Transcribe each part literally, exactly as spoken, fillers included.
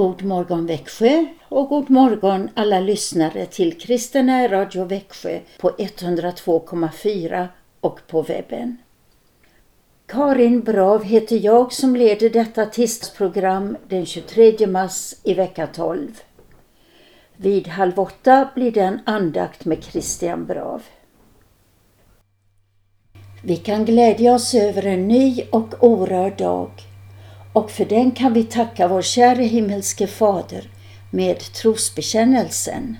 God morgon Växjö och god morgon alla lyssnare till Kristina Radio Växjö på etthundratvå komma fyra och på webben. Karin Brav heter jag som leder detta tisdagsprogram den tjugotredje mars i vecka tolv. Vid halv åtta blir det en andakt med Christian Brav. Vi kan glädja oss över en ny och orörd dag. Och för den kan vi tacka vår kära himmelske fader med trosbekännelsen.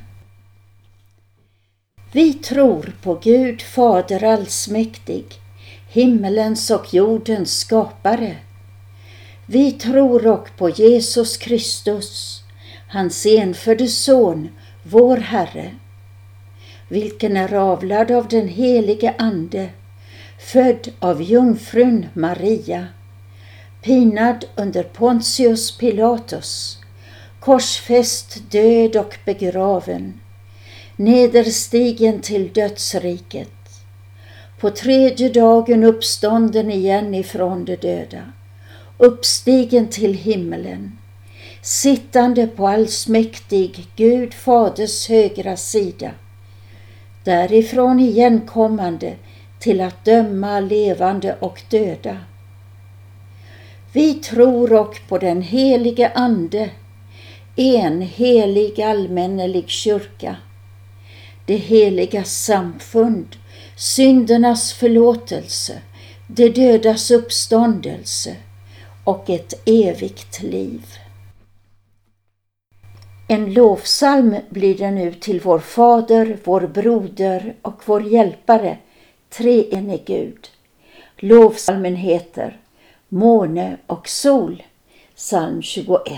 Vi tror på Gud fader allsmäktig, himmelens och jordens skapare. Vi tror och på Jesus Kristus, hans enfödde son, vår Herre, vilken är avlad av den helige Ande, född av jungfrun Maria, pinad under Pontius Pilatus, korsfäst, död och begraven, nederstigen till dödsriket, på tredje dagen uppstånden igen ifrån de döda, uppstigen till himmelen, sittande på allsmäktig Gud faders högra sida, därifrån igenkommande till att döma levande och döda. Vi tror och på den helige Ande, en helig allmännelig kyrka, det heliga samfund, syndernas förlåtelse, det dödas uppståndelse och ett evigt liv. En lovsalm blir det nu till vår Fader, vår Broder och vår Hjälpare, treenig Gud. Lovsalmen heter Måne och sol, psalm tjugoett.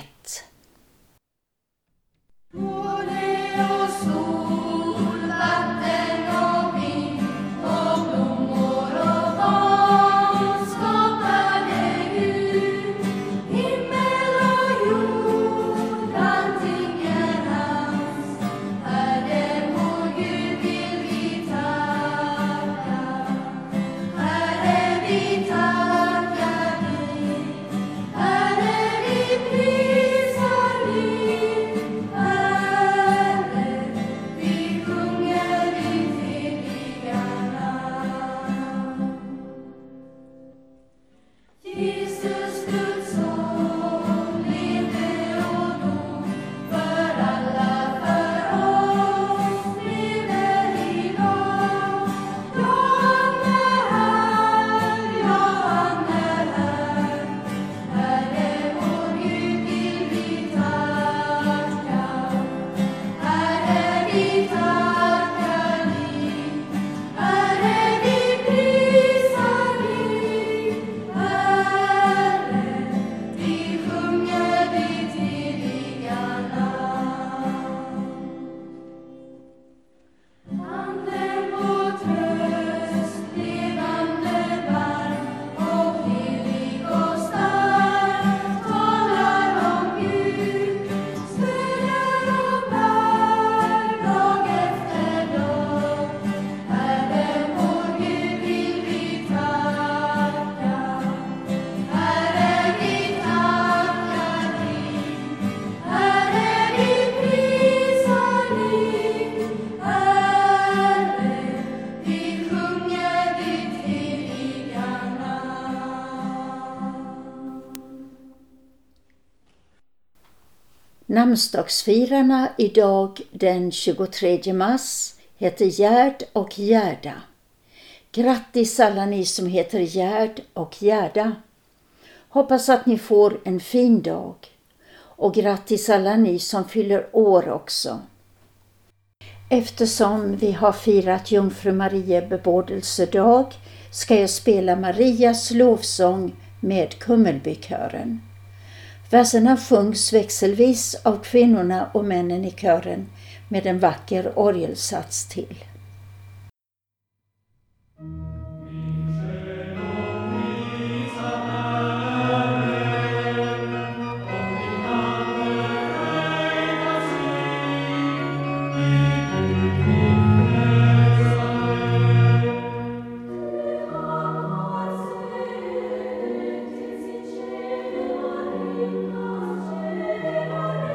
Namnsdagsfirarna idag den tjugotredje mars heter Gerd och Gerda. Grattis alla ni som heter Gerd och Gerda. Hoppas att ni får en fin dag. Och grattis alla ni som fyller år också. Eftersom vi har firat Jungfru Maria bebådelsedag ska jag spela Marias lovsång med Kummelbykören. Verserna sjungs växelvis av kvinnorna och männen i kören med en vacker orgelsats till. Thank you.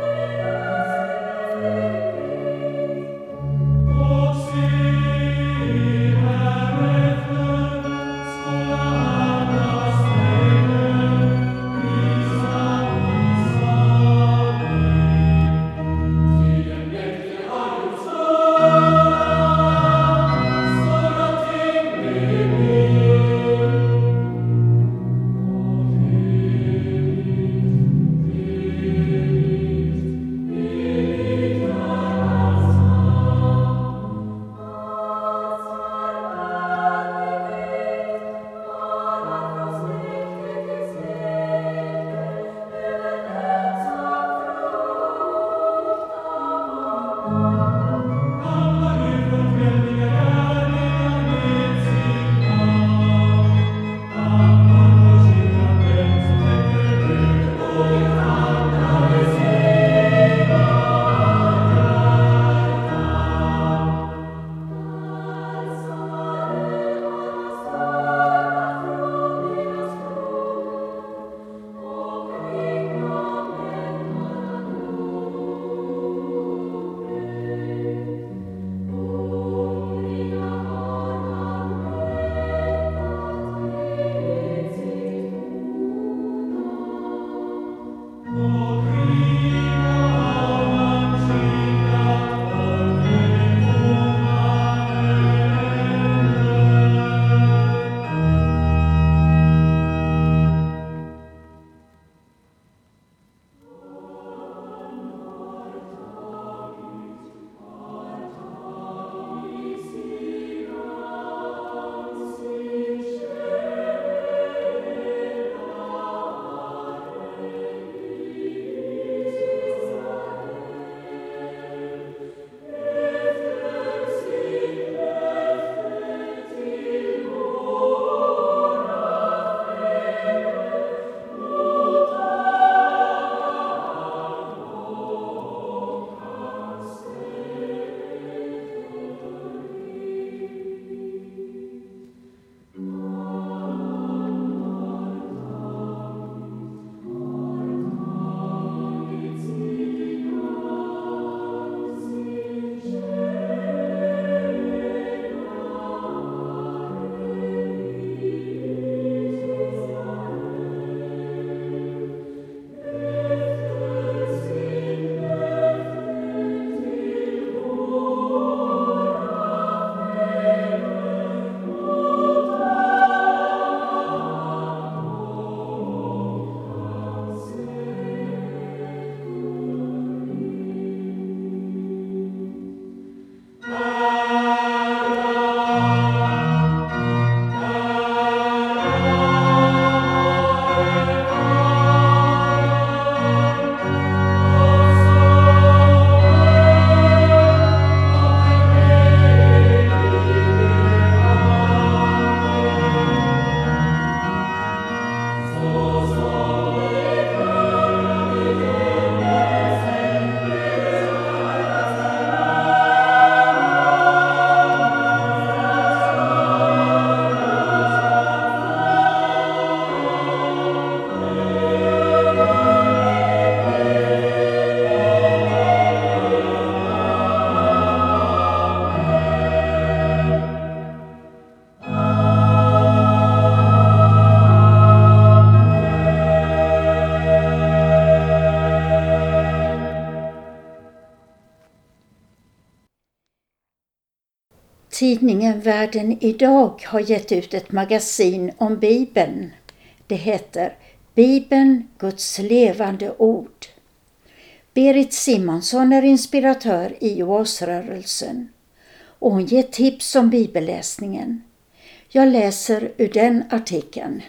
Tidningen Världen idag har gett ut ett magasin om Bibeln. Det heter Bibeln, Guds levande ord. Berit Simonsson är inspiratör i Oasrörelsen och hon ger tips om bibelläsningen. Jag läser ur den artikeln.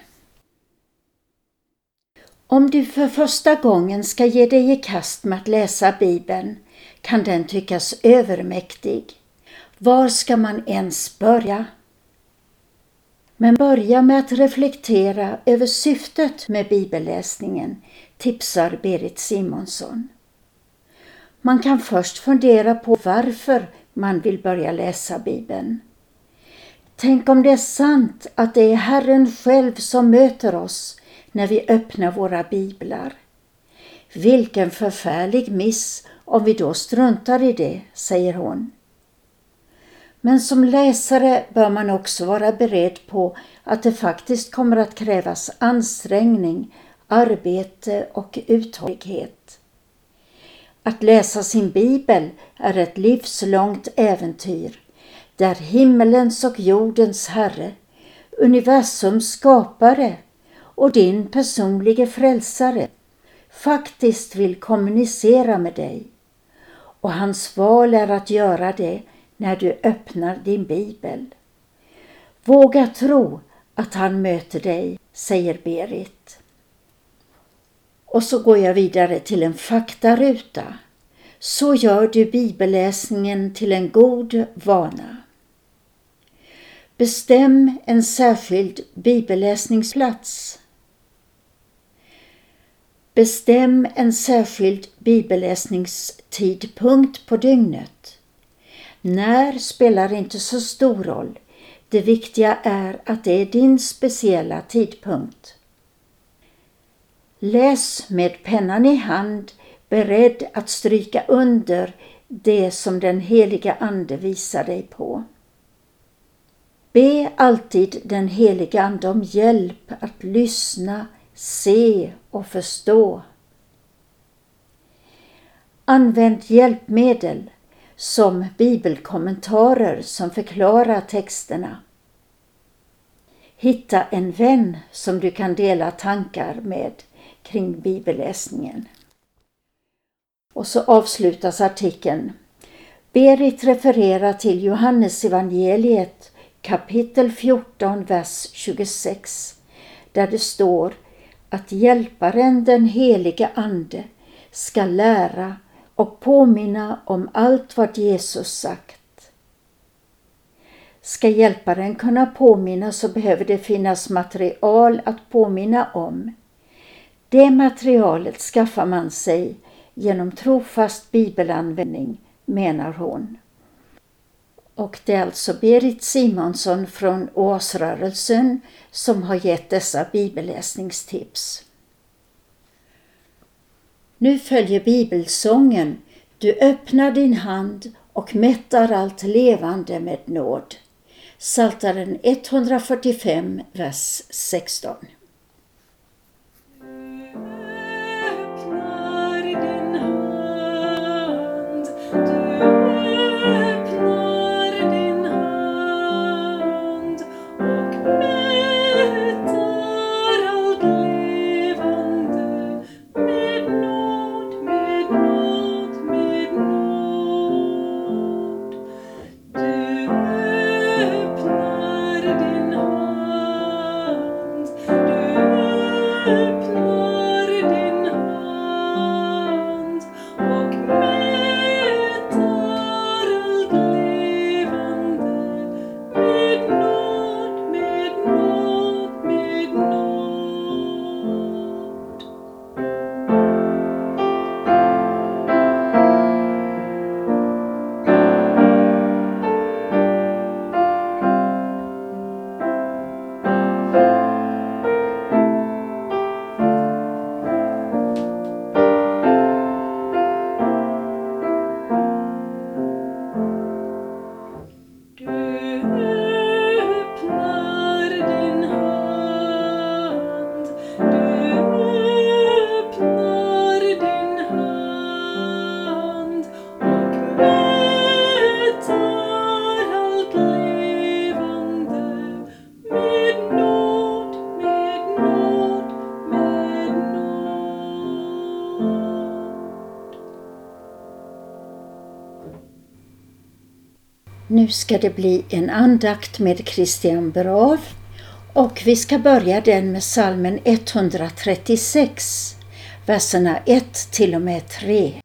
Om du för första gången ska ge dig i kast med att läsa Bibeln kan den tyckas övermäktig. Var ska man ens börja? Men börja med att reflektera över syftet med bibelläsningen, tipsar Berit Simonsson. Man kan först fundera på varför man vill börja läsa Bibeln. Tänk om det är sant att det är Herren själv som möter oss när vi öppnar våra biblar. Vilken förfärlig miss om vi då struntar i det, säger hon. Men som läsare bör man också vara beredd på att det faktiskt kommer att krävas ansträngning, arbete och uthållighet. Att läsa sin bibel är ett livslångt äventyr där himmelens och jordens Herre, universums skapare och din personliga frälsare faktiskt vill kommunicera med dig. Och hans val är att göra det när du öppnar din bibel. Våga tro att han möter dig, säger Berit. Och så går jag vidare till en faktaruta. Så gör du bibelläsningen till en god vana. Bestäm en särskild bibelläsningsplats. Bestäm en särskild bibelläsningstidpunkt på dygnet. När spelar inte så stor roll. Det viktiga är att det är din speciella tidpunkt. Läs med pennan i hand, beredd att stryka under det som den heliga ande visar dig på. Be alltid den heliga ande om hjälp att lyssna, se och förstå. Använd hjälpmedel som bibelkommentarer som förklarar texterna. Hitta en vän som du kan dela tankar med kring bibelläsningen. Och så avslutas artikeln. Berit refererar till Johannes evangeliet kapitel fjorton, vers tjugosex, där det står att hjälparen den heliga ande ska lära och påminna om allt vad Jesus sagt. Ska hjälparen kunna påminna så behöver det finnas material att påminna om. Det materialet skaffar man sig genom trofast bibelanvändning, menar hon. Och det är alltså Berit Simonsson från Oasrörelsen som har gett dessa bibelläsningstips. Nu följer bibelsången. Du öppnar din hand och mättar allt levande med nåd. Psaltaren etthundrafyrtiofem, vers sexton. Du nu ska det bli en andakt med Christian Brav och vi ska börja den med psalmen etthundratrettiosex, verserna ett till och med tre.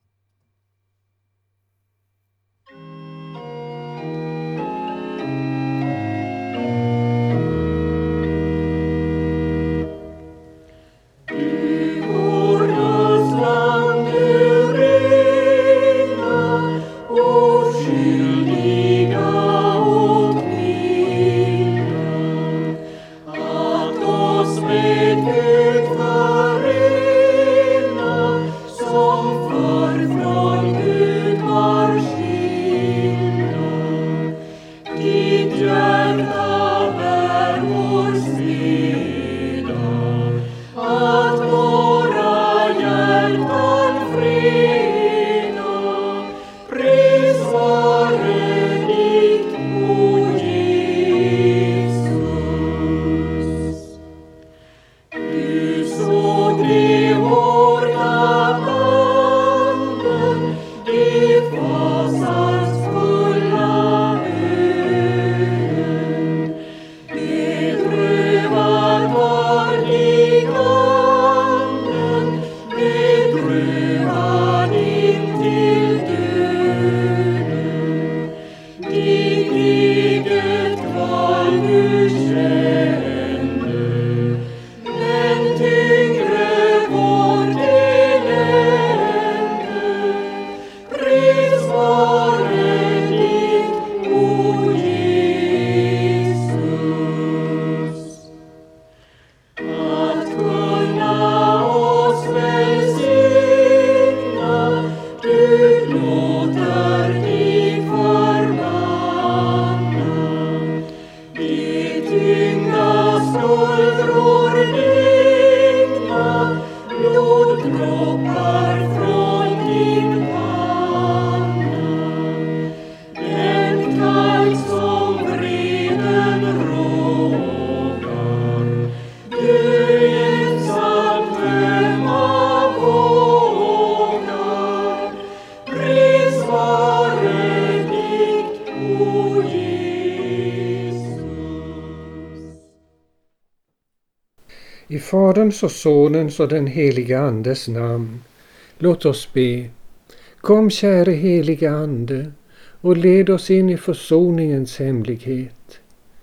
I Faderns och Sonens och den heliga Andes namn. Låt oss be. Kom, käre heliga Ande, och led oss in i försoningens hemlighet.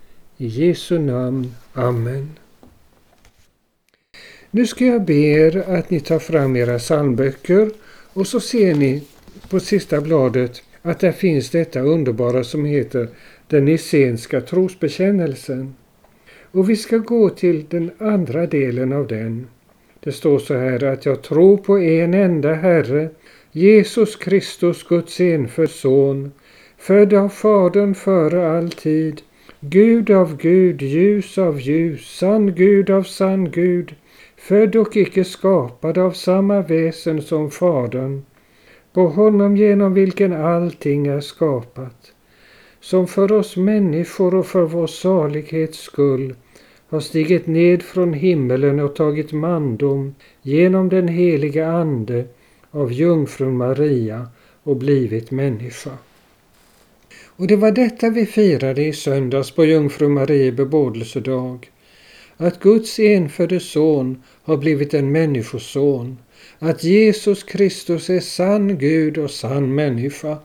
I Jesu namn. Amen. Nu ska jag be er att ni tar fram era psalmböcker och så ser ni på sista bladet att där finns detta underbara som heter den nicenska trosbekännelsen. Och vi ska gå till den andra delen av den. Det står så här att jag tror på en enda Herre, Jesus Kristus, Guds enfödde son, född av Fadern före all tid, Gud av Gud, ljus av ljus, sann Gud av sann Gud, född och icke skapad av samma väsen som Fadern, på honom genom vilken allting är skapat, som för oss människor och för vår salighets skull har stigit ned från himmelen och tagit mandom genom den heliga Ande av jungfrun Maria och blivit människa. Och det var detta vi firade i söndags på jungfru Maria bebådelsedag, att Guds enfödde son har blivit en människoson, att Jesus Kristus är sann Gud och sann människa.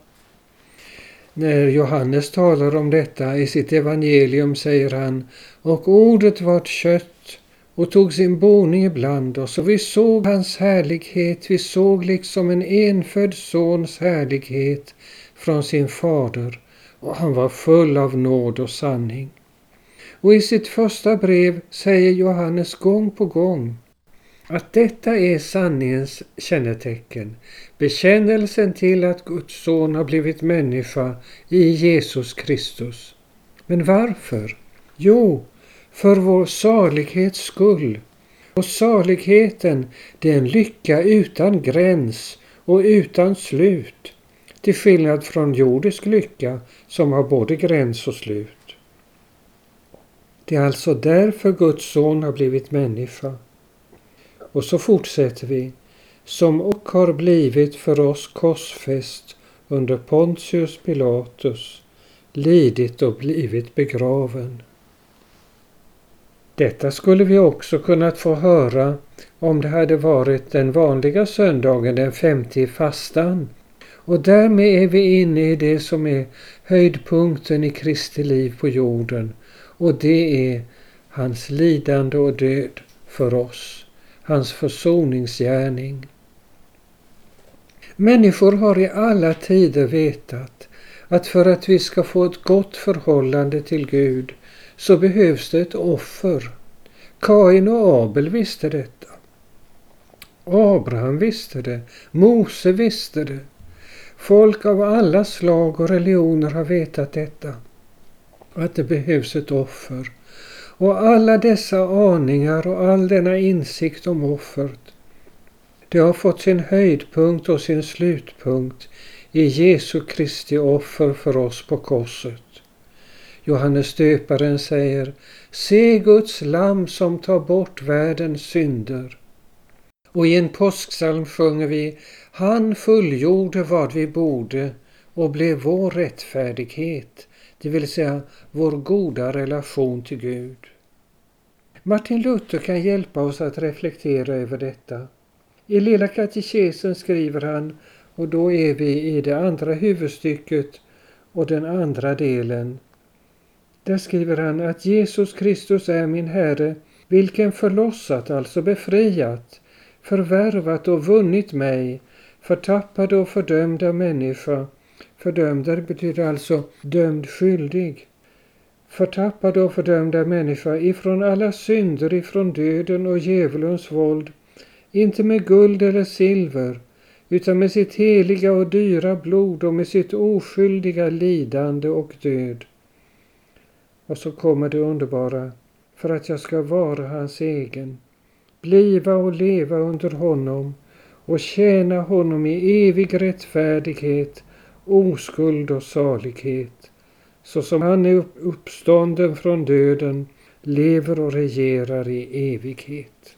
När Johannes talar om detta i sitt evangelium säger han: och ordet vart kött och tog sin boning ibland oss, och vi såg hans härlighet, vi såg liksom en enfödd sons härlighet från sin fader, och han var full av nåd och sanning. Och i sitt första brev säger Johannes gång på gång att detta är sanningens kännetecken, bekännelsen till att Guds son har blivit människa i Jesus Kristus. Men varför? Jo, för vår salighets skull. Och saligheten, det är en lycka utan gräns och utan slut, till skillnad från jordisk lycka som har både gräns och slut. Det är alltså därför Guds son har blivit människa. Och så fortsätter vi. Som och har blivit för oss korsfäst under Pontius Pilatus, lidit och blivit begraven. Detta skulle vi också kunnat få höra om det hade varit den vanliga söndagen, den femte i fastan. Och därmed är vi inne i det som är höjdpunkten i Kristi liv på jorden. Och det är hans lidande och död för oss. Hans försoningsgärning. Människor har i alla tider vetat att för att vi ska få ett gott förhållande till Gud så behövs det ett offer. Kain och Abel visste detta. Abraham visste det. Mose visste det. Folk av alla slag och religioner har vetat detta. Att det behövs ett offer. Och alla dessa aningar och all denna insikt om offret, det har fått sin höjdpunkt och sin slutpunkt i Jesu Kristi offer för oss på korset. Johannes döparen säger: se Guds lamm som tar bort världens synder. Och i en påsksalm sjunger vi: han fullgjorde vad vi borde och blev vår rättfärdighet, det vill säga vår goda relation till Gud. Martin Luther kan hjälpa oss att reflektera över detta. I Lilla katekesen skriver han, och då är vi i det andra huvudstycket och den andra delen. Där skriver han att Jesus Kristus är min Herre, vilken förlossat, alltså befriat, förvärvat och vunnit mig, förtappade och fördömda människa. Fördömda betyder alltså dömd skyldig. Förtappade och fördömda människa ifrån alla synder, ifrån döden och djävulens våld, inte med guld eller silver, utan med sitt heliga och dyra blod och med sitt oskyldiga lidande och död. Och så kommer det underbara: för att jag ska vara hans egen, bliva och leva under honom och tjäna honom i evig rättfärdighet, oskuld och salighet, så som han är uppstånden från döden, lever och regerar i evighet.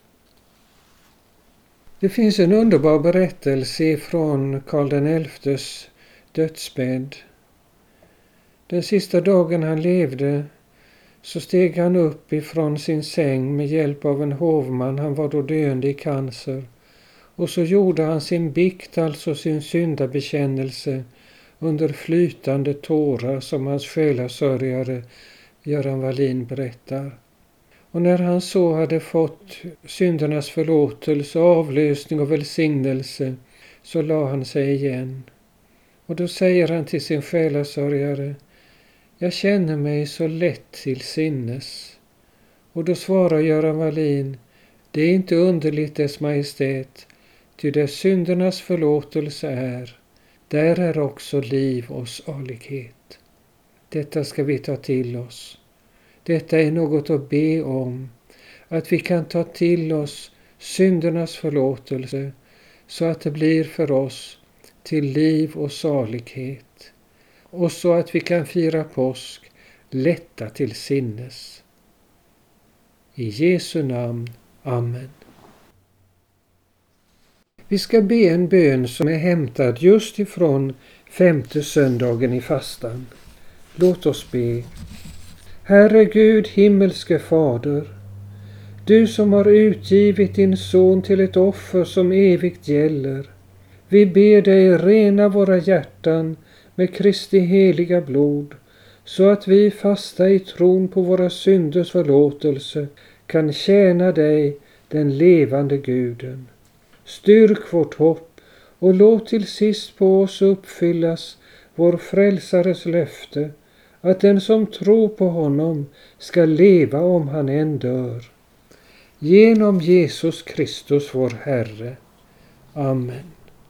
Det finns en underbar berättelse från Karl den elftes dödsbädd. Den sista dagen han levde så steg han upp ifrån sin säng med hjälp av en hovman. Han var då döende i cancer. Och så gjorde han sin bikt, alltså sin syndabekännelse, under flytande tårar, som hans själasörjare Göran Wallin berättar. Och när han så hade fått syndernas förlåtelse, avlösning och välsignelse, så la han sig igen. Och då säger han till sin själasörjare: jag känner mig så lätt till sinnes. Och då svarar Göran Wallin: det är inte underligt, Dess Majestät, ty där syndernas förlåtelse är, där är också liv och salighet. Detta ska vi ta till oss. Detta är något att be om, att vi kan ta till oss syndernas förlåtelse så att det blir för oss till liv och salighet, och så att vi kan fira påsk lätta till sinnes. I Jesu namn. Amen. Vi ska be en bön som är hämtad just ifrån femte söndagen i fastan. Låt oss be. Herre Gud, himmelske Fader, du som har utgivit din son till ett offer som evigt gäller, vi ber dig rena våra hjärtan med Kristi heliga blod, så att vi fasta i tron på våra synders förlåtelse kan tjäna dig, den levande Guden. Styrk vårt hopp och låt till sist på oss uppfyllas vår frälsares löfte, att den som tror på honom ska leva om han än dör. Genom Jesus Kristus vår Herre. Amen.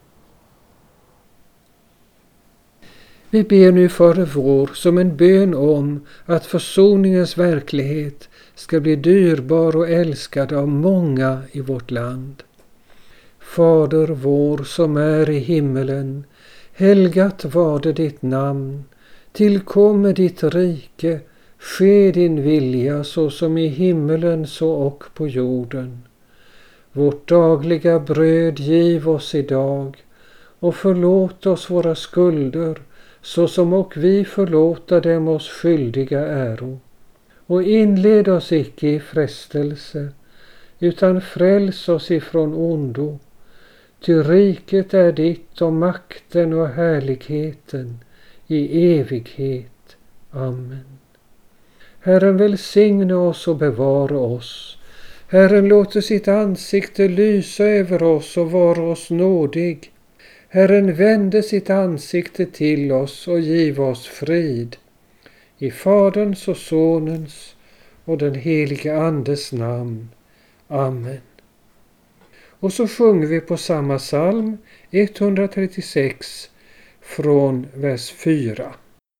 Vi ber nu Fader vår som en bön om att försoningens verklighet ska bli dyrbar och älskad av många i vårt land. Fader vår som är i himmelen, helgat varde ditt namn. Tillkommer ditt rike, ske din vilja så som i himmelen så och på jorden. Vårt dagliga bröd giv oss idag och förlåt oss våra skulder såsom och vi förlåta dem oss skyldiga äro. Och inled oss icke i frestelse, utan fräls oss ifrån ondo. Ty riket är ditt och makten och härligheten i evighet. Amen. Herren välsigne oss och bevara oss. Herren låter sitt ansikte lysa över oss och vara oss nådig. Herren vände sitt ansikte till oss och giv oss frid. I Faderns och Sonens och den helige Andes namn. Amen. Och så sjunger vi på samma psalm etthundratrettiosex från vers fyra.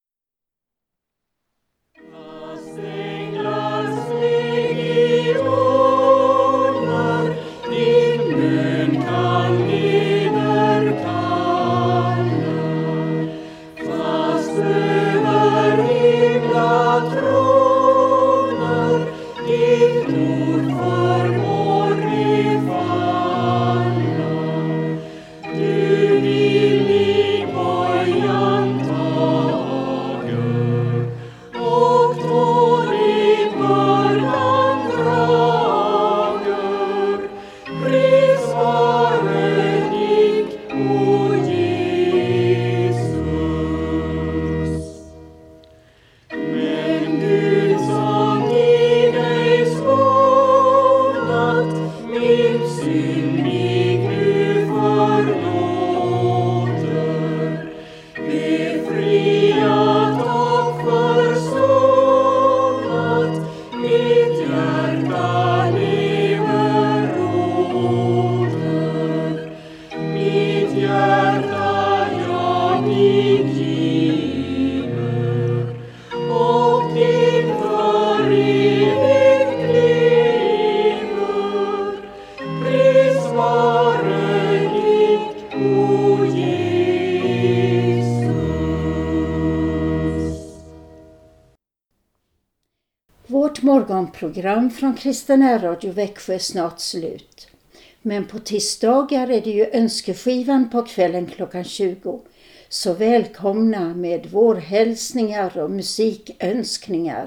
Vårt morgonprogram från Kristen Radio Växjö är snart slut. Men på tisdagar är det ju önskeskivan på kvällen klockan tjugo. Så välkomna med vårhälsningar och musikönskningar.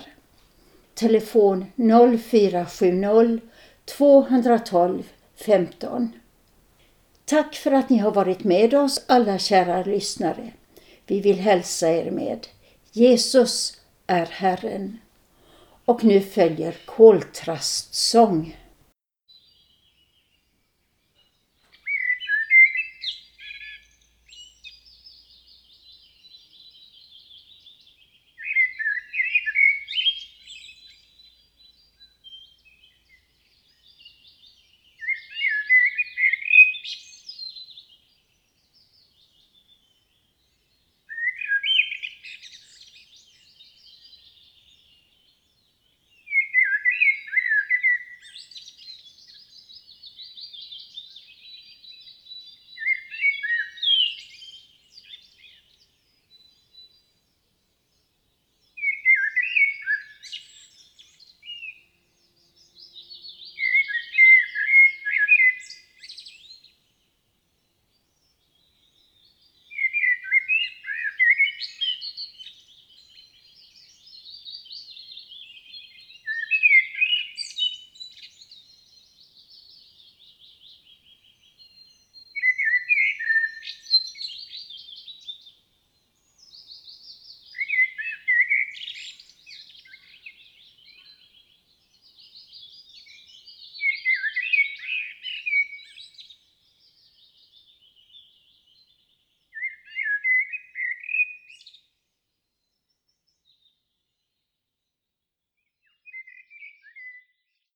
Telefon noll fyra sju noll två ett två femton. Tack för att ni har varit med oss alla kära lyssnare. Vi vill hälsa er med Jesus är Herren. Och nu följer koltrastsång.